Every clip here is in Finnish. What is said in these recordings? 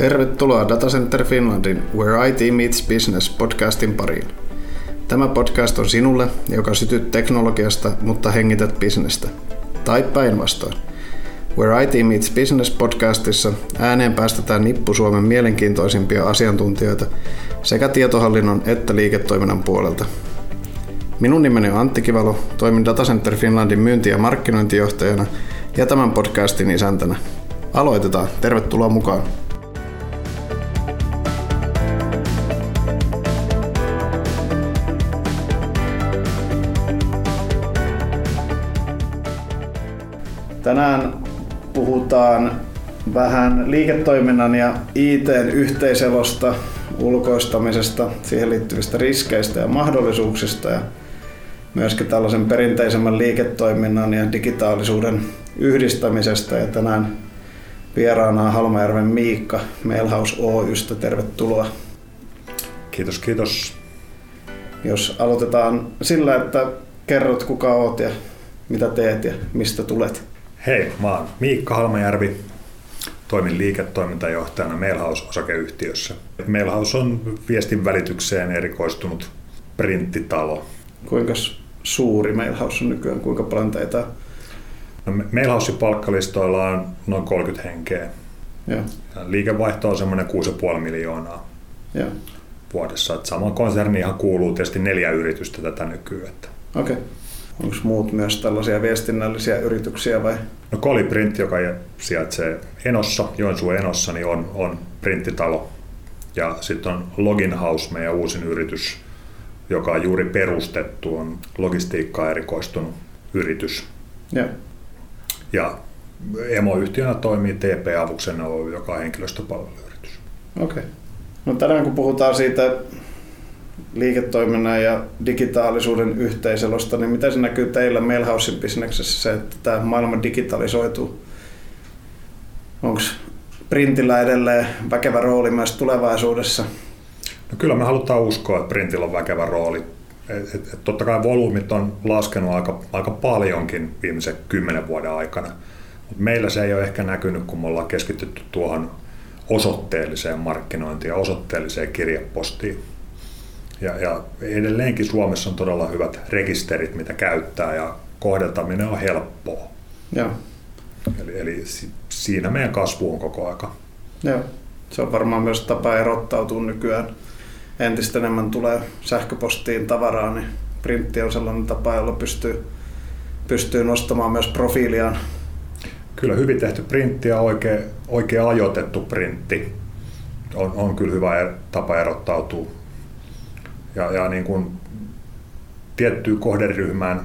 Tervetuloa Data Center Finlandin Where IT Meets Business podcastin pariin. Tämä podcast on sinulle, joka sytyt teknologiasta, mutta hengität bisnestä. Tai päinvastoin. Where IT Meets Business podcastissa ääneen päästetään nippu Suomen mielenkiintoisimpia asiantuntijoita sekä tietohallinnon että liiketoiminnan puolelta. Minun nimeni on Antti Kivalo, toimin Data Center Finlandin myynti- ja markkinointijohtajana ja tämän podcastin isäntänä. Aloitetaan. Tervetuloa mukaan. Tänään puhutaan vähän liiketoiminnan ja IT:n yhteiselosta, ulkoistamisesta, siihen liittyvistä riskeistä ja mahdollisuuksista ja myöskin tällaisen perinteisemmän liiketoiminnan ja digitaalisuuden yhdistämisestä. Ja tänään vieraana on Halmajärven Miikka Mailhouse Oy:stä. Tervetuloa. Kiitos, kiitos. Jos aloitetaan sillä, että kerrot kuka oot ja mitä teet ja mistä tulet. Hei, mä oon Miikka Halmajärvi. Toimin liiketoimintajohtajana Mailhouse-osakeyhtiössä. Mailhouse on viestin välitykseen erikoistunut printtitalo. Kuinka suuri Mailhouse on nykyään? Kuinka paljon teitä? No, Mailhousen palkkalistoilla on noin 30 henkeä. Ja liikevaihto on semmoinen 6,5 miljoonaa vuodessa. Et samoin konserniinhan kuuluu tietysti 4 yritystä tätä nykyään. Okei. Onko muut myös tällaisia viestinnällisiä yrityksiä vai? No Koliprint, joka sijaitsee Enossa, Joensuun Enossa, niin on printtitalo. Ja sitten on Login House, meidän uusin yritys, joka on juuri perustettu, on logistiikkaan erikoistunut yritys. Ja emoyhtiönä toimii TP Avuksen Oy, joka on henkilöstöpalveluyritys. Okei. No tänään kun puhutaan siitä liiketoiminnan ja digitaalisuuden yhteiselosta, niin miten se näkyy teillä Mailhousen bisneksessä se, että tämä maailma digitalisoituu? Onko printillä edelleen väkevä rooli myös tulevaisuudessa? No kyllä me halutaan uskoa, että printillä on väkevä rooli. Totta kai volyymit on laskenut aika paljonkin viimeisen 10 vuoden aikana. Mutta meillä se ei ole ehkä näkynyt, kun me ollaan keskitytty tuohon osoitteelliseen markkinointiin ja osoitteelliseen kirjepostiin. Ja edelleenkin Suomessa on todella hyvät rekisterit, mitä käyttää, ja kohdentaminen on helppoa. Joo. Eli siinä meidän kasvu on koko aika. Joo. Se on varmaan myös tapa erottautua nykyään. Entistä enemmän tulee sähköpostiin tavaraa, niin printti on sellainen tapa, jolla pystyy nostamaan myös profiiliaan. Kyllä hyvin tehty printti ja oikein ajoitettu printti on kyllä hyvä tapa erottautua. Ja niin kuin tiettyyn kohderyhmään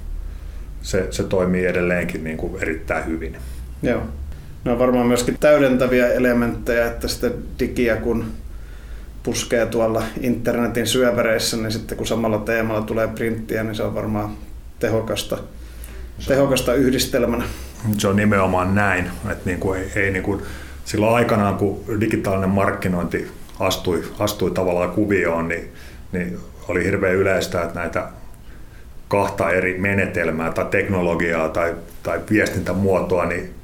se toimii edelleenkin niin kuin erittäin hyvin. Joo. Ne on varmaan myöskin täydentäviä elementtejä, että sitä digiä kun puskee tuolla internetin syövereissä, niin sitten kun samalla teemalla tulee printtiä, niin se on varmaan tehokasta yhdistelmänä. Se on nimenomaan näin. Että niin kuin ei niin kuin silloin aikanaan, kun digitaalinen markkinointi astui tavallaan kuvioon, niin oli hirveän yleistä, että näitä kahta eri menetelmää tai teknologiaa tai viestintämuotoa niin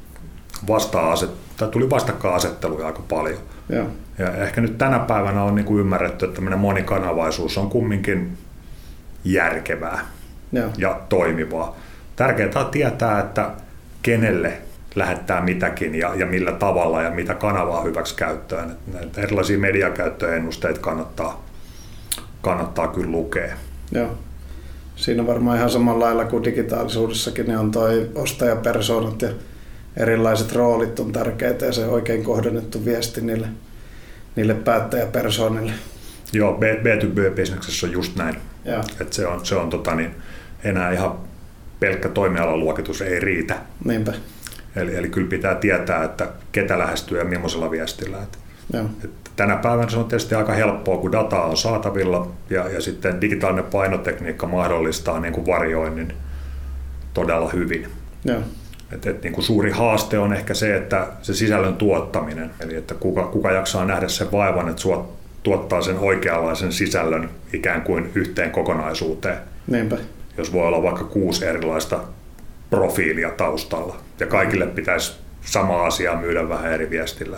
tuli vastakkainasetteluja aika paljon. Ja ehkä nyt tänä päivänä on niin kuin ymmärretty, että tämmöinen monikanavaisuus on kumminkin järkevää ja toimivaa. Tärkeää on tietää, että kenelle lähettää mitäkin ja millä tavalla ja mitä kanavaa hyväksi käyttöön. Näitä erilaisia mediakäyttöennusteita kannattaa kyllä lukea. Joo. Siinä on varmaan ihan samalla lailla kuin digitaalisuudessakin, ne on toi ostajapersoonat ja erilaiset roolit on tärkeitä ja se oikein kohdennettu viesti niille päättäjäpersoonille. Joo, B2B-bisneksessä on just näin. Että se on enää ihan pelkkä toimialaluokitus ei riitä. Niinpä. Eli kyllä pitää tietää, että ketä lähestyy ja millaisella viestillä. Tänä päivänä se on tietysti aika helppoa, kun dataa on saatavilla ja sitten digitaalinen painotekniikka mahdollistaa niin kuin varjoinnin todella hyvin. Niin kuin suuri haaste on ehkä se, että se sisällön tuottaminen, eli että kuka jaksaa nähdä sen vaivan, että tuottaa sen oikeanlaisen sisällön ikään kuin yhteen kokonaisuuteen. Niinpä. Jos voi olla vaikka 6 erilaista profiilia taustalla ja kaikille pitäisi sama asia myydä vähän eri viestillä.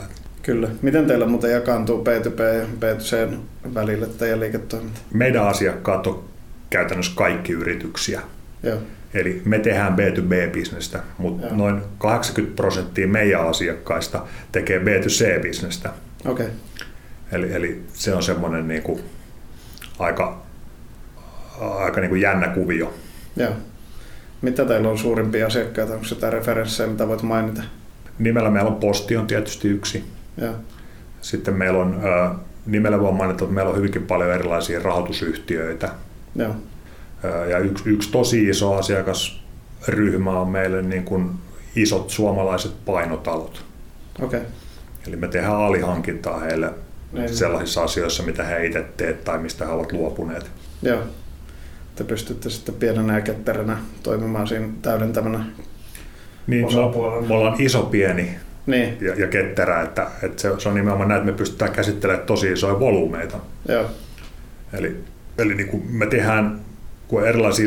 Kyllä. Miten teillä muuten jakaantuu B2B ja B2C välillä teidän liiketoiminta? Meidän asiakkaat on käytännössä kaikki yrityksiä. Joo. Eli me tehdään B2B-bisnestä, mutta noin 80% meidän asiakkaista tekee B2C-bisnestä. Okay. Eli se on semmoinen niinku aika niinku jännä kuvio. Joo. Mitä teillä on suurimpia asiakkaita? Onko jotain referenssejä, mitä voit mainita? Nimellä meillä on Posti on tietysti yksi. Joo. Sitten meillä on, nimellä voi mainita, että meillä on hyvinkin paljon erilaisia rahoitusyhtiöitä. Joo. Ja yksi tosi iso asiakasryhmä on meille niin kuin isot suomalaiset painotalot. Okay. Eli me tehdään alihankintaa heille sellaisissa asioissa, mitä he itse teet tai mistä he ovat luopuneet. Joo. Te pystytte sitten pienenä ja ketteränä toimimaan siinä täydentävänä niin, osapuolella. Me ollaan iso, pieni niin. ja ketterä, että se on nimenomaan näin, että me pystytään käsittelemään tosi isoja volyymeita. Joo. Eli niin kuin me tehdään, kun erilaisia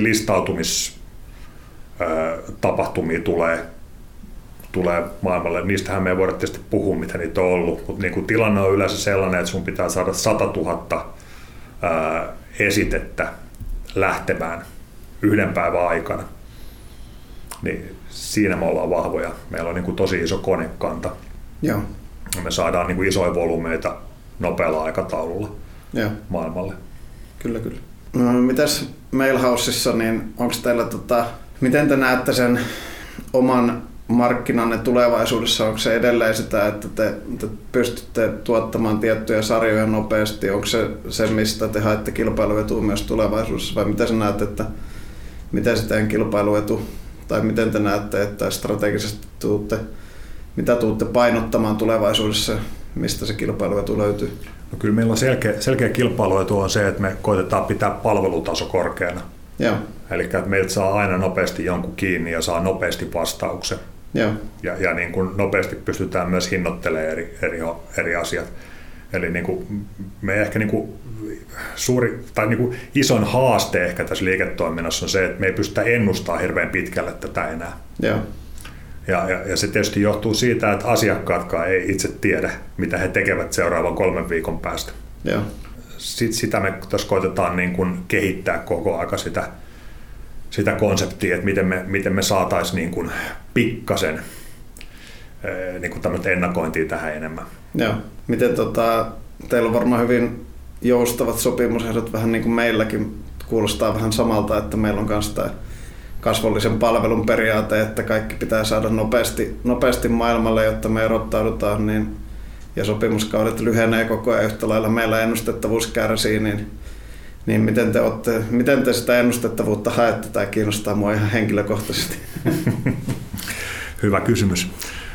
listautumistapahtumia tulee maailmalle, niistähän me ei voida tietysti puhua, mitä niitä on ollut, mutta niin kuin tilanne on yleensä sellainen, että sun pitää saada 100 000 esitettä lähtemään yhden päivän aikana. Niin siinä me ollaan vahvoja. Meillä on niin kuin tosi iso konekanta. Joo. Me saadaan niin kuin isoja volyymeita nopealla aikataululla maailmalle. Kyllä. No, mitäs Mailhouseissa, niin onko teillä, miten te näette sen oman markkinanne tulevaisuudessa? Onko se edelleen sitä, että te pystytte tuottamaan tiettyjä sarjoja nopeasti? Onko se mistä te haette kilpailuetua myös tulevaisuudessa? Vai miten sä näet, että miten se teidän kilpailuetu, tai miten te näette, että strategisesti mitä tuutte painottamaan tulevaisuudessa? Mistä se kilpailuetu löytyy? No kyllä meillä on selkeä kilpailuetu on se, että me koitetaan pitää palvelutaso korkeana. Joo. Eli että meiltä saa aina nopeasti jonkun kiinni ja saa nopeasti vastauksen. Joo. Ja niin kuin nopeasti pystytään myös hinnoittelemaan eri asiat. Eli niin kuin me ehkä niin kuin suuri tai niin kuin ison haaste ehkä tässä liiketoiminnassa on se, että me ei pystytä ennustamaan hirveän pitkälle tätä enää. Joo. Ja se tietysti johtuu siitä, että asiakkaatkaan ei itse tiedä, mitä he tekevät seuraavan 3 viikon päästä. Joo. Sitä me tässä koitetaan niin kuin kehittää koko aika sitä konseptia, että miten me saataisiin niin kuin pikkasen niin kuin tämmöistä ennakointia tähän enemmän. Joo. Miten teillä on varmaan hyvin joustavat sopimusehdot, vähän niin kuin meilläkin kuulostaa vähän samalta, että meillä on myös tämä kasvollisen palvelun periaate, että kaikki pitää saada nopeasti maailmalle, jotta me erottaudutaan, niin, ja sopimuskaudet lyhenee koko ajan yhtä lailla. Meillä ennustettavuus kärsii, niin miten te sitä ennustettavuutta haette? Tämä kiinnostaa minua ihan henkilökohtaisesti. Hyvä kysymys.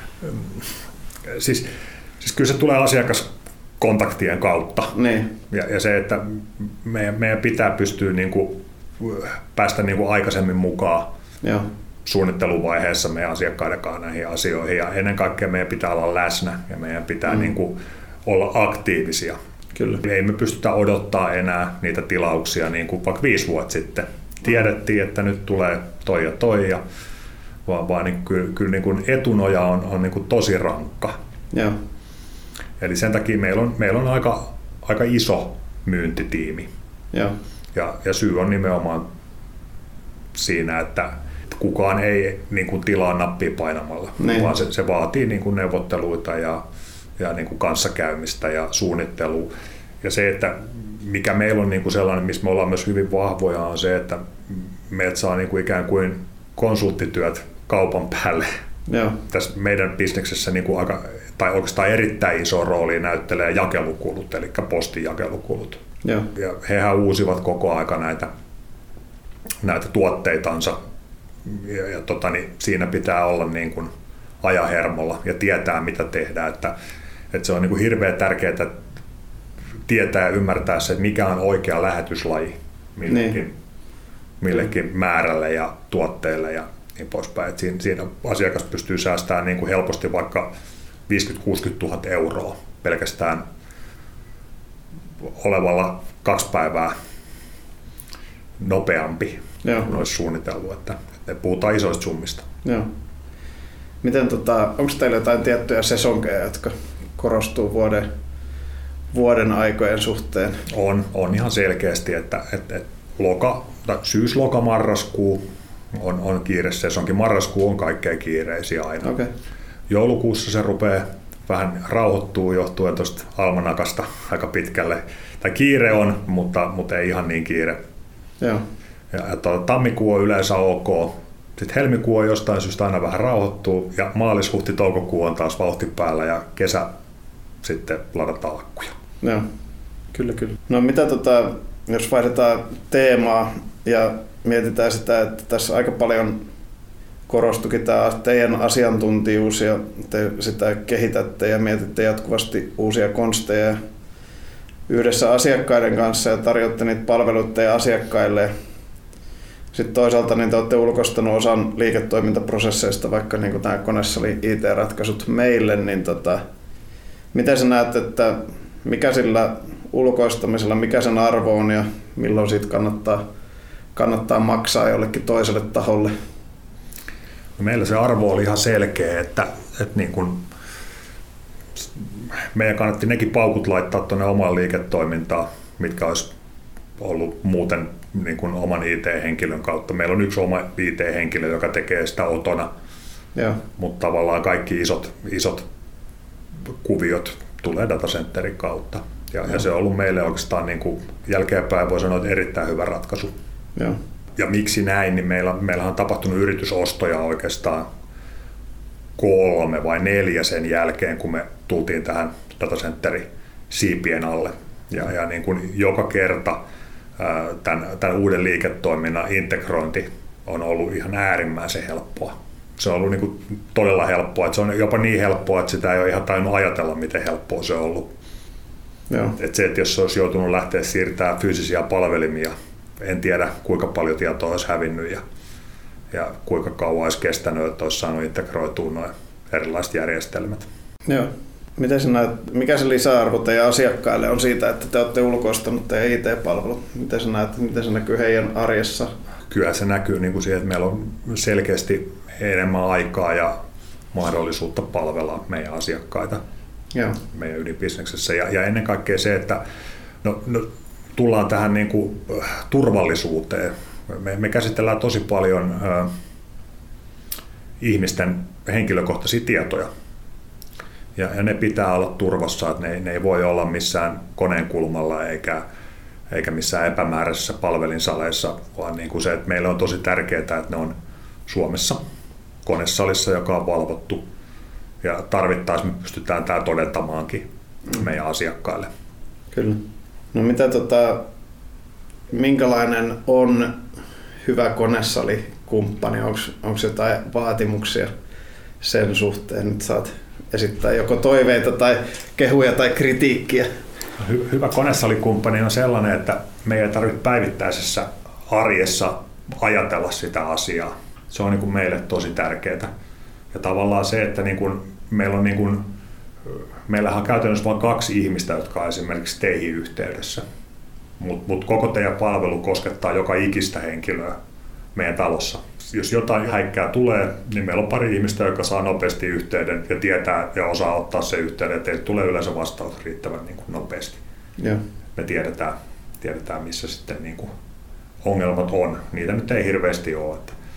Siis kyllä se tulee asiakaskontaktien kautta. Niin. Ja se, että meidän pitää pystyä päästä aikaisemmin mukaan suunnitteluvaiheessa meidän asiakkaiden kanssa näihin asioihin. Ja ennen kaikkea meidän pitää olla läsnä ja meidän pitää olla aktiivisia. Kyllä. Ei me pystytä odottaa enää niitä tilauksia niin kuin vaikka 5 vuotta sitten. Tiedettiin, että nyt tulee toi ja toi, vaan niin kyllä niin kuin etunoja on niin kuin tosi rankka. Joo. Eli sen takia meillä on aika iso myyntitiimi. Joo. Ja syy on nimenomaan siinä, että kukaan ei niin kuin tilaa nappia painamalla, vaan se vaatii niin kuin neuvotteluita ja niin kuin kanssakäymistä ja suunnittelua. Ja se, että mikä meillä on niin kuin sellainen, missä me ollaan myös hyvin vahvoja, on se, että meiltä saa niin kuin ikään kuin konsulttityöt kaupan päälle. Joo. Tässä meidän bisneksessä niin kuin tai oikeastaan erittäin iso rooli näyttelee jakelukulut, eli postin jakelukulut. Joo. Ja hehän uusivat koko aika näitä tuotteitansa ja siinä pitää olla niin kuin ajahermolla ja tietää mitä tehdään, että se on niin kuin hirveän tärkeää tietää ja ymmärtää se, että mikä on oikea lähetyslaji millekin määrälle ja tuotteelle ja niin poispäin. Että siinä asiakas pystyy säästämään niin kuin helposti vaikka 50 000–60 000 euroa pelkästään olevalla 2 päivää nopeampi kuin olisi suunnitellut, että puhutaan isoista summista. Joo. Miten onko teillä jotain tiettyjä sesonkeja, jotka korostuu vuoden aikojen suhteen? On ihan selkeästi, että syys-loka-marraskuu on kiiresesonkin. Marraskuu on kaikkein kiireisiä aina. Okay. Joulukuussa se rupeaa vähän rauhoittuu johtuen tuosta almanakasta aika pitkälle. Tai kiire on, mutta ei ihan niin kiire. Joo. Ja tammikuu on yleensä ok. Sitten helmikuu on jostain syystä aina vähän rauhoittuu ja maalis-huhti-toukokuu on taas vauhti päällä ja kesä sitten ladataan akkuja. Joo, kyllä. No mitä jos vaihdetaan teemaa ja mietitään sitä, että tässä aika paljon korostukin tämä teidän asiantuntijuus ja te sitä kehitätte ja mietitte jatkuvasti uusia konsteja yhdessä asiakkaiden kanssa ja tarjotte niitä palveluita teidän asiakkaille. Sitten toisaalta niin te olette ulkoistanut osan liiketoimintaprosesseista, vaikka niin kuin tämä konesali IT-ratkaisut meille, niin miten sä näet, että mikä sillä ulkoistamisella, mikä sen arvo on ja milloin siitä kannattaa maksaa jollekin toiselle taholle? No meillä se arvo oli ihan selkeä, että niin kun meidän kannatti nekin paukut laittaa tuonne omaan liiketoimintaan, mitkä olisi ollut muuten niin kuin oman IT-henkilön kautta. Meillä on yksi oma IT-henkilö, joka tekee sitä otona, mutta tavallaan kaikki isot kuviot tulee datacenterin kautta. Ja se on ollut meille oikeastaan niin kuin jälkeenpäin voi sanoa, että erittäin hyvä ratkaisu. Joo. Ja miksi näin, niin meillä on tapahtunut yritysostoja oikeastaan 3 vai 4 sen jälkeen, kun me tultiin tähän datacenterin siipien alle. Ja niin kuin joka kerta tämän uuden liiketoiminnan integrointi on ollut ihan äärimmäisen helppoa. Se on ollut niin kuin todella helppoa. Että se on jopa niin helppoa, että sitä ei ole ihan tainnut ajatella, miten helppoa se on ollut. Että jos se olisi joutunut lähteä siirtämään fyysisiä palvelimia, en tiedä kuinka paljon tietoa olisi hävinnyt ja kuinka kauan olisi kestänyt, että olisi saanut integroitua nuo erilaiset järjestelmät. Joo. Miten mikä se lisäarvo teidän asiakkaille on siitä, että te olette ulkoistanut teidän IT-palvelut? Miten sä näet, miten se näkyy heidän arjessa? Kyllä se näkyy niin kuin siihen, että meillä on selkeästi enemmän aikaa ja mahdollisuutta palvella meidän asiakkaita meidän ydinbisneksessä. Ja ennen kaikkea se, että tullaan tähän niin kuin turvallisuuteen. Me käsitellään tosi paljon ihmisten henkilökohtaisia tietoja. Ja ne pitää olla turvassa, että ne ei voi olla missään koneen kulmalla eikä missään epämääräisissä palvelinsaleissa, vaan niin kuin se, että meille on tosi tärkeää, että ne on Suomessa konesalissa, joka on valvottu. Ja tarvittaessa me pystytään tämä todentamaankin meidän asiakkaille. Kyllä. No mitä minkälainen on hyvä konesalikumppani? Onko jotain vaatimuksia sen suhteen, että saat esittää joko toiveita tai kehuja tai kritiikkiä? Hyvä konesalikumppani on sellainen, että meidän ei tarvitse päivittäisessä arjessa ajatella sitä asiaa. Se on niin kuin meille tosi tärkeää. Ja tavallaan se, että niin kuin meillähän on käytännössä vain 2 ihmistä, jotka on esimerkiksi teihin yhteydessä. Mutta koko teidän palvelu koskettaa joka ikistä henkilöä meidän talossa. Jos jotain häikkää tulee, niin meillä on pari ihmistä, joka saa nopeasti yhteyden ja tietää ja osaa ottaa se yhteyden, että teille tulee yleensä vastaus riittävän niin kuin nopeasti. Ja. Me tiedetään missä sitten niin kuin ongelmat on. Niitä nyt ei hirveästi ole.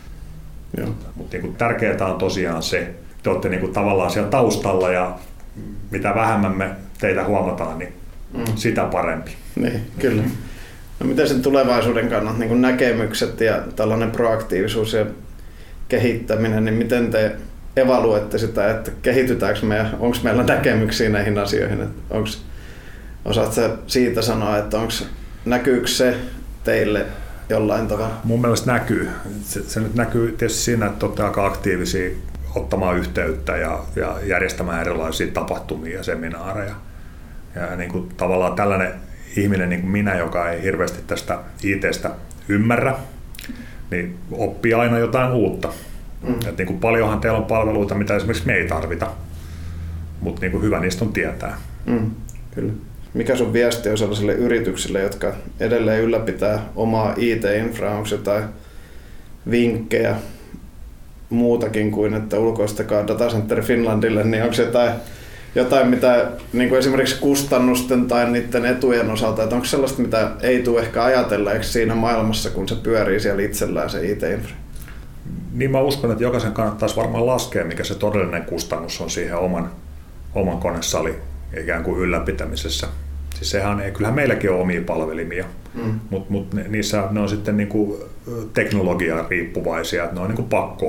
Mutta niin tärkeää on tosiaan se, että te olette niin kuin tavallaan siellä taustalla ja mitä vähemmän me teitä huomataan, niin sitä parempi. Niin, kyllä. No miten sen tulevaisuuden kannalta niin näkemykset ja tällainen proaktiivisuus ja kehittäminen, niin miten te evaluoitte sitä, että kehitytäänkö me ja onko meillä näkemyksiä näihin asioihin? Osaatko siitä sanoa, että näkyykö se teille jollain tavalla? Mun mielestä näkyy. Se nyt näkyy tietysti siinä, että olette aika aktiivisia ottamaan yhteyttä ja järjestämään erilaisia tapahtumia ja seminaareja. Ja niin kuin tavallaan tällainen ihminen niin kuin minä, joka ei hirveästi tästä IT:stä ymmärrä, niin oppii aina jotain uutta. Et niin kuin paljonhan teillä on palveluita, mitä esimerkiksi me ei tarvita, mutta niin kuin hyvä niistä on tietää. Kyllä. Mikä sun viesti on sellaisille yrityksille, jotka edelleen ylläpitää omaa IT-infraa? Onko jotain vinkkejä muutakin kuin, että ulkoistakaa Datacenter Finlandille, niin onko jotain jotain, mitä niin kuin esimerkiksi kustannusten tai niiden etujen osalta, että onko sellaista, mitä ei tule ehkä ajatelleeksi siinä maailmassa, kun se pyörii siellä itsellään se IT-infra? Niin mä uskon, että jokaisen kannattaisi varmaan laskea, mikä se todellinen kustannus on siihen oman konesalin ikään kuin ylläpitämisessä. Siis kyllähän meilläkin on omia palvelimia, mutta niissä ne on sitten niinku teknologiaan riippuvaisia, että ne on niinku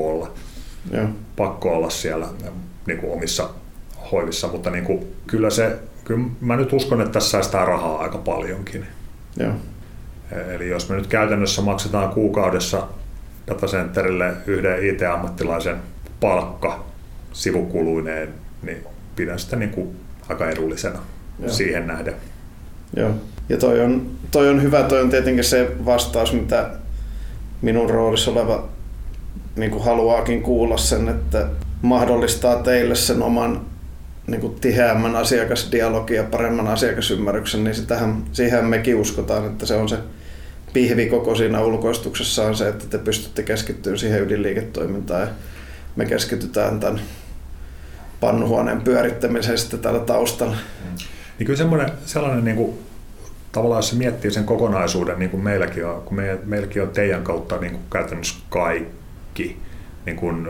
pakko olla siellä niinku omissa hoivissa, mutta niinku, kyllä mä nyt uskon, että tässä säästää rahaa aika paljonkin. Joo. Eli jos me nyt käytännössä maksetaan kuukaudessa datacenterille yhden IT-ammattilaisen palkka sivukuluineen, niin pidän sitä niinku aika edullisena siihen nähden. Joo. Ja toi on hyvä, toi on tietenkin se vastaus, mitä minun roolissa oleva niin kuin haluaakin kuulla sen, että mahdollistaa teille sen oman niin kuin tiheämmän asiakasdialogin ja paremman asiakasymmärryksen, niin siihen mekin uskotaan, että se on se pihvi koko siinä ulkoistuksessa on se, että te pystytte keskittymään siihen ydinliiketoimintaan ja me keskitytään tämän pannuhuoneen pyörittämiseen sitten täällä taustalla. Niin kyllä sellainen niin kuin, tavallaan jos se miettii sen kokonaisuuden, niin kuin meilläkin on, kun meilläkin on teidän kautta niin kuin käytännössä kaikki niin kuin,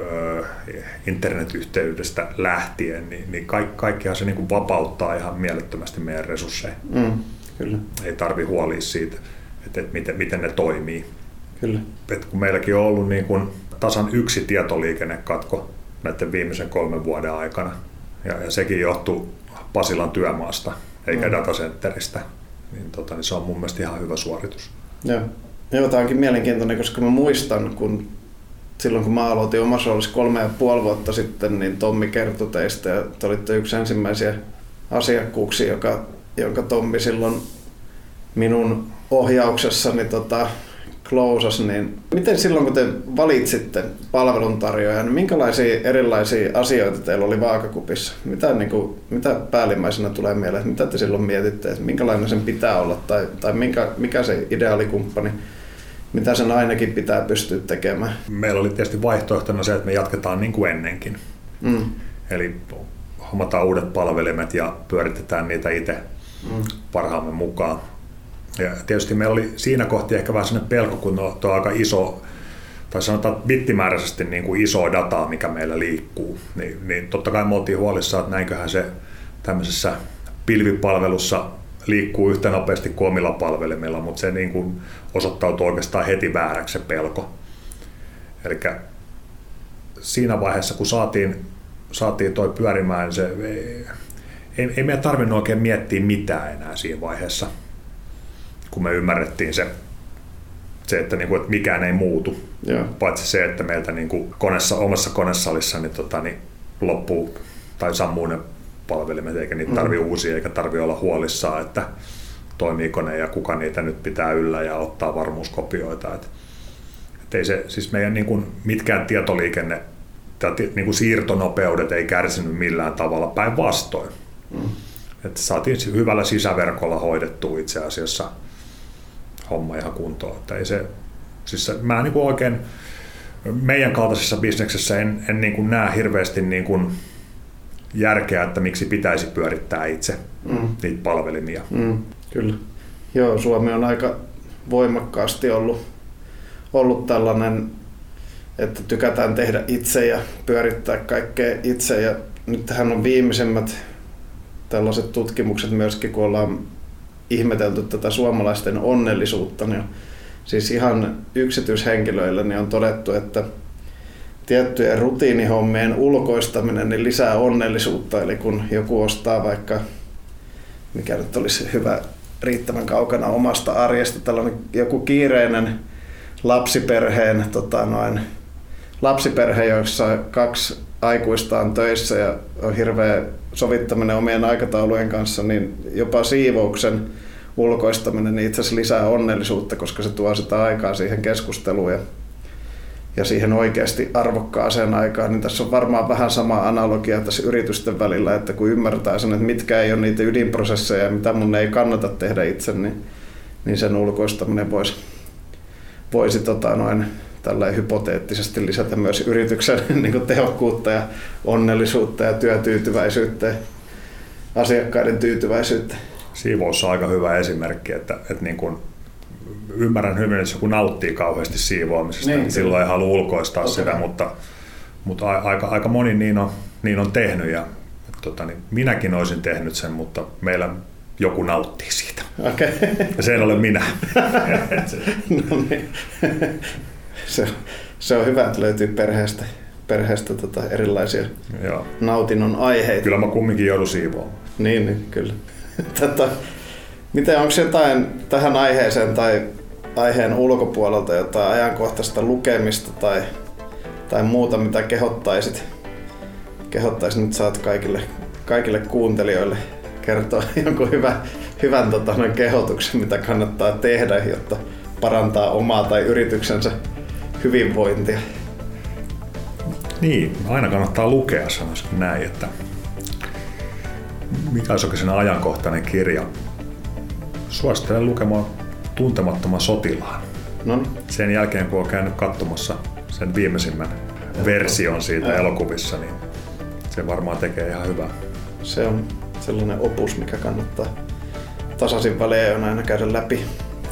internetyhteydestä lähtien, niin kaikkihan se niin kuin vapauttaa ihan mielettömästi meidän resursseja. Kyllä. Ei tarvitse huolia siitä, että miten ne toimii. Kyllä. Et kun meilläkin on ollut niin kuin tasan yksi tietoliikennekatko näiden viimeisen 3 vuoden aikana, ja sekin johtuu Pasilan työmaasta eikä datacenteristä, niin se on mun mielestä ihan hyvä suoritus. Joo, tämä onkin mielenkiintoinen, koska mä muistan, silloin kun mä aloitin omassa roolissa 3,5 vuotta sitten, niin Tommi kertoi teistä ja te olitte yksi ensimmäisiä asiakkuuksia, jonka Tommi silloin minun ohjauksessani klousasi, niin miten silloin kun te valitsitte palveluntarjoajan, niin minkälaisia erilaisia asioita teillä oli vaakakupissa? Mitä päällimmäisenä tulee mieleen? Mitä te silloin mietitte, että minkälainen sen pitää olla tai mikä se ideaalikumppani, mitä sen ainakin pitää pystyä tekemään? Meillä oli tietysti vaihtoehtona se, että me jatketaan niin kuin ennenkin. Eli hommataan uudet palvelimet ja pyöritetään niitä itse parhaamme mukaan. Ja tietysti meillä oli siinä kohti ehkä vähän sellainen pelko, kun tuo on aika iso, tai sanotaan bittimääräisesti niin kuin iso dataa, mikä meillä liikkuu. Niin totta kai me oltiin huolissaan, että näinköhän se tämmöisessä pilvipalvelussa liikkuu yhtä nopeasti kuin omilla palvelimilla, mutta se niin kuin osoittautui oikeastaan heti vääräksi se pelko. Eli siinä vaiheessa, kun saatiin toi pyörimään, niin ei meidän tarvinnut oikein miettiä mitään enää siinä vaiheessa, kun me ymmärrettiin se että mikään ei muutu. Joo. Paitsi se, että meiltä omassa konesalissa niin loppuu tai sammuu ne palvelimet, eikä niitä tarvitse uusia, eikä tarvitse olla huolissaan, että toimiiko ne ja kuka niitä nyt pitää yllä ja ottaa varmuuskopioita. Et ei se, siis meidän mitkään tietoliikenne tai siirtonopeudet ei kärsinyt millään tavalla, päinvastoin. Että saatiin hyvällä sisäverkolla hoidettua itse asiassa homma ihan kuntoon. Että ei se, siis mä oikein meidän kaltaisessa bisneksessä en näe hirveästi järkeä, että miksi pitäisi pyörittää itse niitä palvelimia. Kyllä. Joo, Suomi on aika voimakkaasti ollut tällainen, että tykätään tehdä itse ja pyörittää kaikkea itse. Ja nyt tähän on viimeisimmät tällaiset tutkimukset myöskin, kun ollaan ihmetelty tätä suomalaisten onnellisuutta, niin siis ihan yksityishenkilöille niin on todettu, että tiettyjen rutiinihommien ulkoistaminen niin lisää onnellisuutta. Eli kun joku ostaa vaikka, mikä nyt olisi hyvä, riittävän kaukana omasta arjesta, tällainen joku kiireinen lapsiperhe, jossa 2 aikuista on töissä ja on hirveä sovittaminen omien aikataulujen kanssa, niin jopa siivouksen ulkoistaminen niin itse asiassa lisää onnellisuutta, koska se tuo sitä aikaa siihen keskusteluun ja siihen oikeasti arvokkaaseen aikaan. Niin tässä on varmaan vähän sama analogia tässä yritysten välillä, että kun ymmärtää sen, että mitkä ei ole niitä ydinprosesseja ja mitä mun ei kannata tehdä itse, niin sen ulkoistaminen voisi tällainen hypoteettisesti lisätä myös yrityksen tehokkuutta ja onnellisuutta ja työtyytyväisyyttä. asiakkaiden tyytyväisyyttä. Siivous on aika hyvä esimerkki, että niin kuin ymmärrän hyvin, että joku nauttii kauheasti siivoamisesta, niin silloin ei halua ulkoistaa sitä, mutta aika moni niin on tehnyt ja niin minäkin olisin tehnyt sen, mutta meillä joku nauttii siitä. Okay. Ja se ei ole minä. No niin. Se on hyvä, että löytyy perheestä erilaisia nautinnon aiheita. Kyllä mä kumminkin joudun siivoamaan. Niin, kyllä. Miten, onko jotain tähän aiheeseen tai aiheen ulkopuolelta jotain ajankohtaista lukemista tai muuta, mitä kehottaisit nyt saat kaikille kuuntelijoille kertoa jonkun hyvän kehotuksen, mitä kannattaa tehdä, jotta parantaa omaa tai yrityksensä hyvinvointia? Niin, aina kannattaa lukea, sanoisin näin, että mikä olisi oikein ajankohtainen kirja. Suosittelen lukemaan Tuntemattoman sotilaan. Noniin. Sen jälkeen, kun olen käynyt katsomassa sen viimeisimmän version siitä elokuvissa, niin se varmaan tekee ihan hyvää. Se on sellainen opus, mikä kannattaa tasaisin väliajoin aina käydä läpi.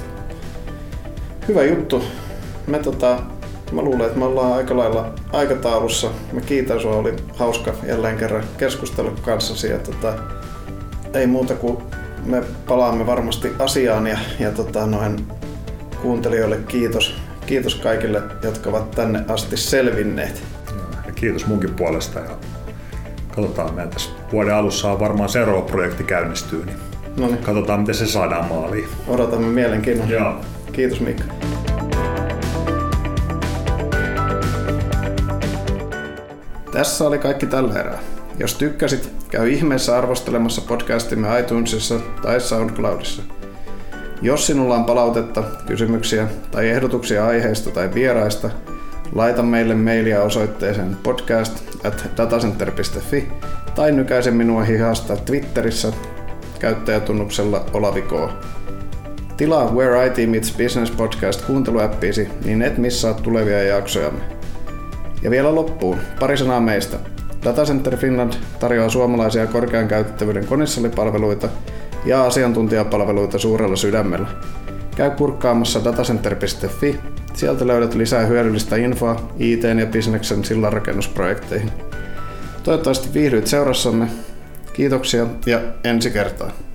Hyvä juttu. Mä luulen, että me ollaan aika lailla aikataulussa. Mä kiitän sua, oli hauska jälleen kerran keskustella kanssasi. Ja ei muuta kuin me palaamme varmasti asiaan ja kuuntelijoille kiitos kaikille, jotka ovat tänne asti selvinneet. Ja kiitos munkin puolesta ja katsotaan, meidän tässä vuoden alussa on varmaan seuraava projekti käynnistyy, niin katsotaan miten se saadaan maaliin. Odotamme mielenkiinnolla. Joo. Kiitos Mikko. Tässä oli kaikki tällä erää. Jos tykkäsit, käy ihmeessä arvostelemassa podcastimme iTunesissa tai SoundCloudissa. Jos sinulla on palautetta, kysymyksiä tai ehdotuksia aiheista tai vieraista, laita meille mailia osoitteeseen podcast@datacenter.fi tai nykäise minua hihasta Twitterissä käyttäjätunnuksella Olavi K. Tilaa Where IT Meets Business podcast kuunteluäppiisi, niin et missaa tulevia jaksojamme. Ja vielä loppuun pari sanaa meistä. Datacenter Finland tarjoaa suomalaisia korkean käytettävyyden konesalipalveluita ja asiantuntijapalveluita suurella sydämellä. Käy kurkkaamassa datacenter.fi. Sieltä löydät lisää hyödyllistä infoa IT- ja bisneksen sillanrakennusprojekteihin. Toivottavasti viihdyit seurassamme. Kiitoksia ja ensi kertaan.